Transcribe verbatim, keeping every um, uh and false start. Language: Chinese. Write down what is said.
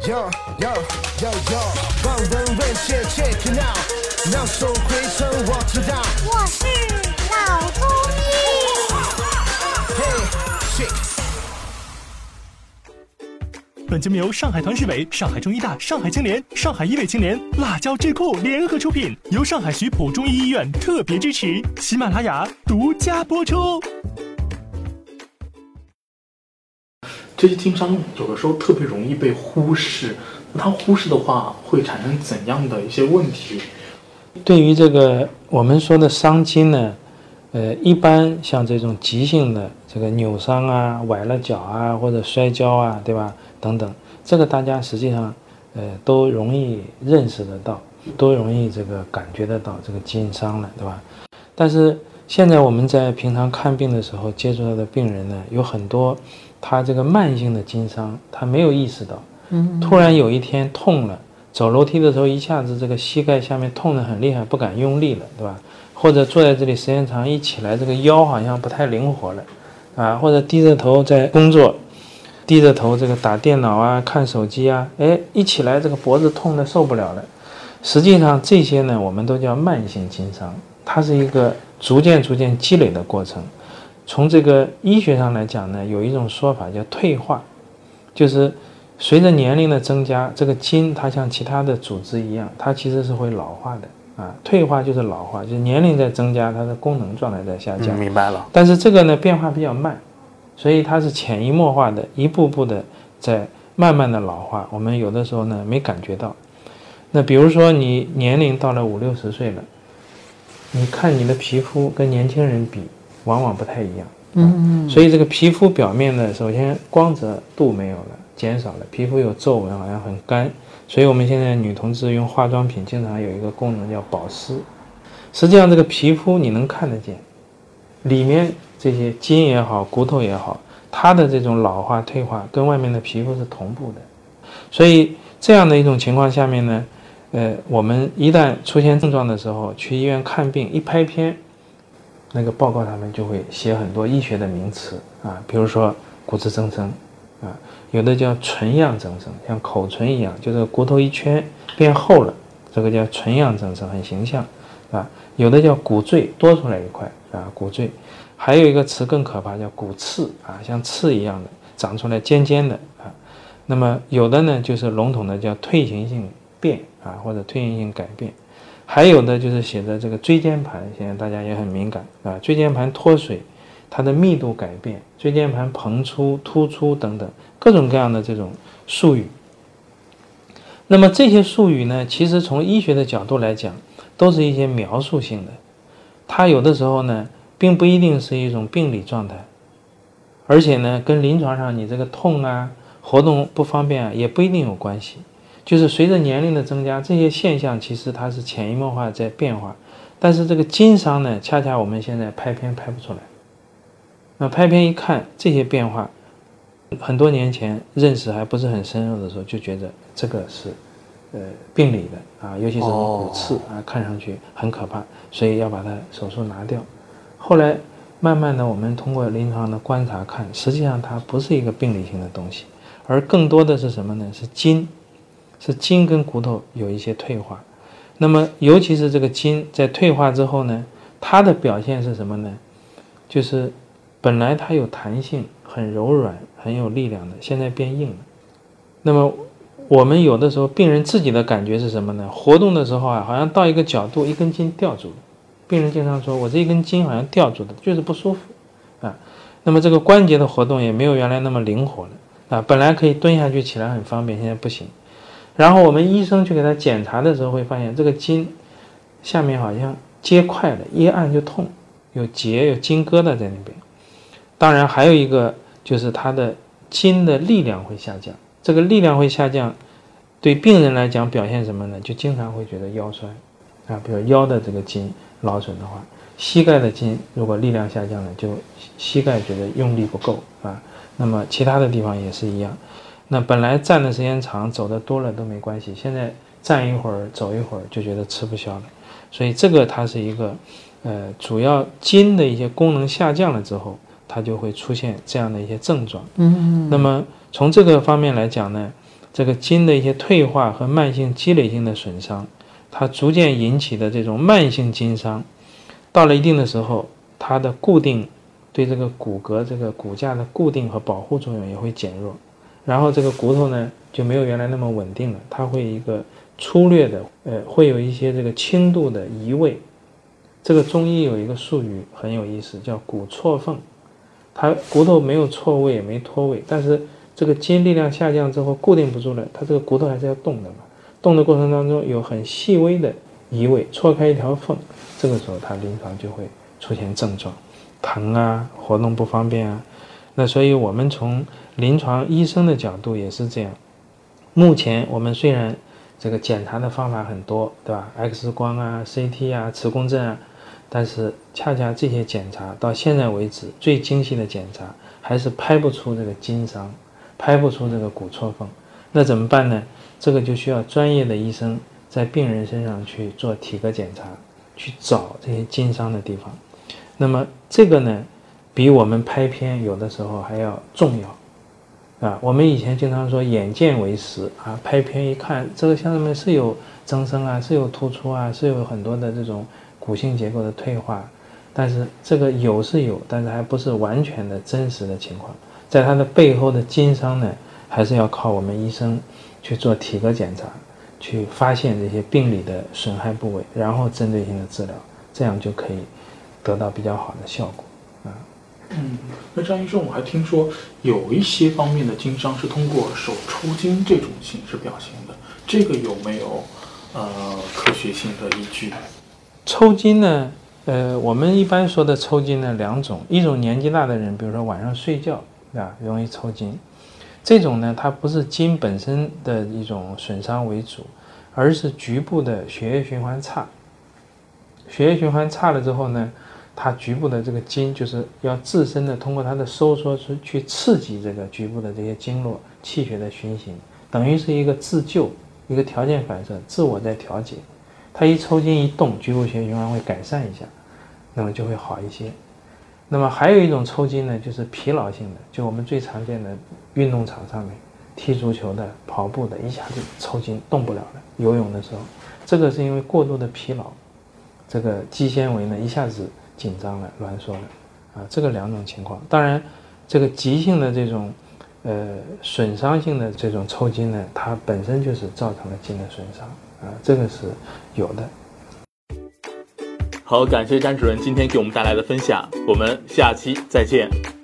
Yo yo yo yo， 望闻问切 check it out， 妙手回春我知道。 我是老中医。 Hey shake。 本节目由上海团市委、上海中医大、上海青联、上海医卫青联、辣椒智库联合出品，由上海徐浦中医医院特别支持，喜马拉雅独家播出。 这些经商有的时候特别容易被忽视，那它忽视的话会产生怎样的一些问题？ 对于这个我们说的伤筋呢，呃，一般像这种急性的这个扭伤啊、崴了脚啊或者摔跤啊，对吧？等等，这个大家实际上呃都容易认识得到，都容易这个感觉得到这个筋伤了，对吧？但是现在我们在平常看病的时候接触到的病人呢，有很多他这个慢性的筋伤，他没有意识到，嗯，突然有一天痛了，走楼梯的时候一下子这个膝盖下面痛得很厉害，不敢用力了，对吧？或者坐在这里时间长，一起来这个腰好像不太灵活了，啊，或者低着头在工作，低着头这个打电脑啊、看手机啊，哎，一起来这个脖子痛得受不了了。实际上这些呢，我们都叫慢性筋伤，它是一个逐渐逐渐积累的过程。从这个医学上来讲呢，有一种说法叫退化，就是随着年龄的增加，这个筋它像其他的组织一样，它其实是会老化的啊。退化就是老化，就是年龄在增加，它的功能状态在下降。 嗯、明白了。 但是这个呢变化比较慢，所以它是潜移默化的，一步步的在慢慢的老化。我们有的时候呢没感觉到。那比如说你年龄到了五六十岁了，你看你的皮肤跟年轻人比，往往不太一样，嗯，所以这个皮肤表面呢，首先光泽度没有了，减少了，皮肤有皱纹，好像很干，所以我们现在女同志用化妆品经常有一个功能叫保湿。实际上这个皮肤你能看得见，里面这些筋也好，骨头也好，它的这种老化退化跟外面的皮肤是同步的。所以这样的一种情况下面呢，呃，我们一旦出现症状的时候，去医院看病，一拍片，那个报告上面就会写很多医学的名词啊，比如说骨质增生啊，有的叫唇样增生，像口唇一样，就是骨头一圈变厚了，这个叫唇样增生，很形象啊。有的叫骨赘，多出来一块啊，骨赘。还有一个词更可怕，叫骨刺啊，像刺一样的长出来尖尖的啊。那么有的呢，就是笼统的叫退行性变啊，或者退行性改变。还有的就是写的这个椎间盘，现在大家也很敏感啊，椎间盘脱水，它的密度改变，椎间盘膨出、突出等等各种各样的这种术语。那么这些术语呢，其实从医学的角度来讲，都是一些描述性的，它有的时候呢，并不一定是一种病理状态，而且呢，跟临床上你这个痛啊、活动不方便啊，也不一定有关系。就是随着年龄的增加，这些现象其实它是潜移默化在变化，但是这个筋伤呢，恰恰我们现在拍片拍不出来。那拍片一看这些变化，很多年前认识还不是很深入的时候，就觉得这个是呃病理的啊，尤其是骨刺啊，看上去很可怕，所以要把它手术拿掉。后来慢慢的我们通过临床的观察看，实际上它不是一个病理性的东西，而更多的是什么呢？是筋。是筋跟骨头有一些退化，那么尤其是这个筋在退化之后呢，它的表现是什么呢？就是本来它有弹性、很柔软、很有力量的，现在变硬了。那么我们有的时候病人自己的感觉是什么呢？活动的时候啊，好像到一个角度，一根筋吊住了。病人经常说，我这一根筋好像吊住的，就是不舒服啊。那么这个关节的活动也没有原来那么灵活了啊，本来可以蹲下去起来很方便，现在不行。然后我们医生去给他检查的时候，会发现这个筋下面好像结块了，一按就痛，有结有筋疙瘩在那边。当然还有一个就是他的筋的力量会下降，这个力量会下降，对病人来讲表现什么呢？就经常会觉得腰酸啊，比如腰的这个筋劳损的话，膝盖的筋如果力量下降了，就膝盖觉得用力不够啊。那么其他的地方也是一样。那本来站的时间长，走的多了都没关系，现在站一会儿走一会儿就觉得吃不消了，所以这个它是一个呃主要筋的一些功能下降了之后，它就会出现这样的一些症状。嗯，那么从这个方面来讲呢， 这个筋的一些退化和慢性积累性的损伤，它逐渐引起的这种慢性筋伤，到了一定的时候，它的固定对这个骨骼这个骨架的固定和保护作用也会减弱，然后这个骨头呢就没有原来那么稳定了，它会一个粗略的呃会有一些这个轻度的移位。这个中医有一个术语很有意思，叫骨错缝。它骨头没有错位也没脱位，但是这个筋力量下降之后固定不住了，它这个骨头还是要动的嘛，动的过程当中有很细微的移位，错开一条缝，这个时候它临床就会出现症状，疼啊，活动不方便啊。那所以我们从临床医生的角度也是这样，目前我们虽然这个检查的方法很多，对吧 X 光啊 C T 啊磁共振啊，但是恰恰这些检查到现在为止最精细的检查还是拍不出这个筋伤，拍不出这个骨错缝。那怎么办呢？这个就需要专业的医生在病人身上去做体格检查，去找这些筋伤的地方。那么这个呢比我们拍片有的时候还要重要啊。我们以前经常说眼见为实啊，拍片一看这个上面是有增生啊，是有突出啊，是有很多的这种骨性结构的退化，但是这个有是有，但是还不是完全的真实的情况。在它的背后的筋伤呢，还是要靠我们医生去做体格检查，去发现这些病理的损害部位，然后针对性的治疗，这样就可以得到比较好的效果啊。 嗯，那张医生，我还听说有一些方面的筋伤是通过手抽筋这种形式表现的，这个有没有呃科学性的依据？ 抽筋呢，呃，我们一般说的抽筋呢两种，一种年纪大的人，比如说晚上睡觉啊容易抽筋，这种呢它不是筋本身的一种损伤为主，而是局部的血液循环差。血液循环差了之后呢，它局部的这个筋就是要自身的通过它的收缩去刺激这个局部的这些经络气血的循行，等于是一个自救，一个条件反射，自我在调节。它一抽筋一动，局部血液循环会改善一下，那么就会好一些。那么还有一种抽筋呢，就是疲劳性的，就我们最常见的运动场上面踢足球的、跑步的，一下就抽筋动不了了。游泳的时候，这个是因为过度的疲劳，这个肌纤维呢一下子紧张了、挛缩了啊，这个两种情况。当然，这个急性的这种呃损伤性的这种抽筋呢，它本身就是造成了筋的损伤啊，这个是有的。 好，感谢詹主任今天给我们带来的分享，我们下期再见。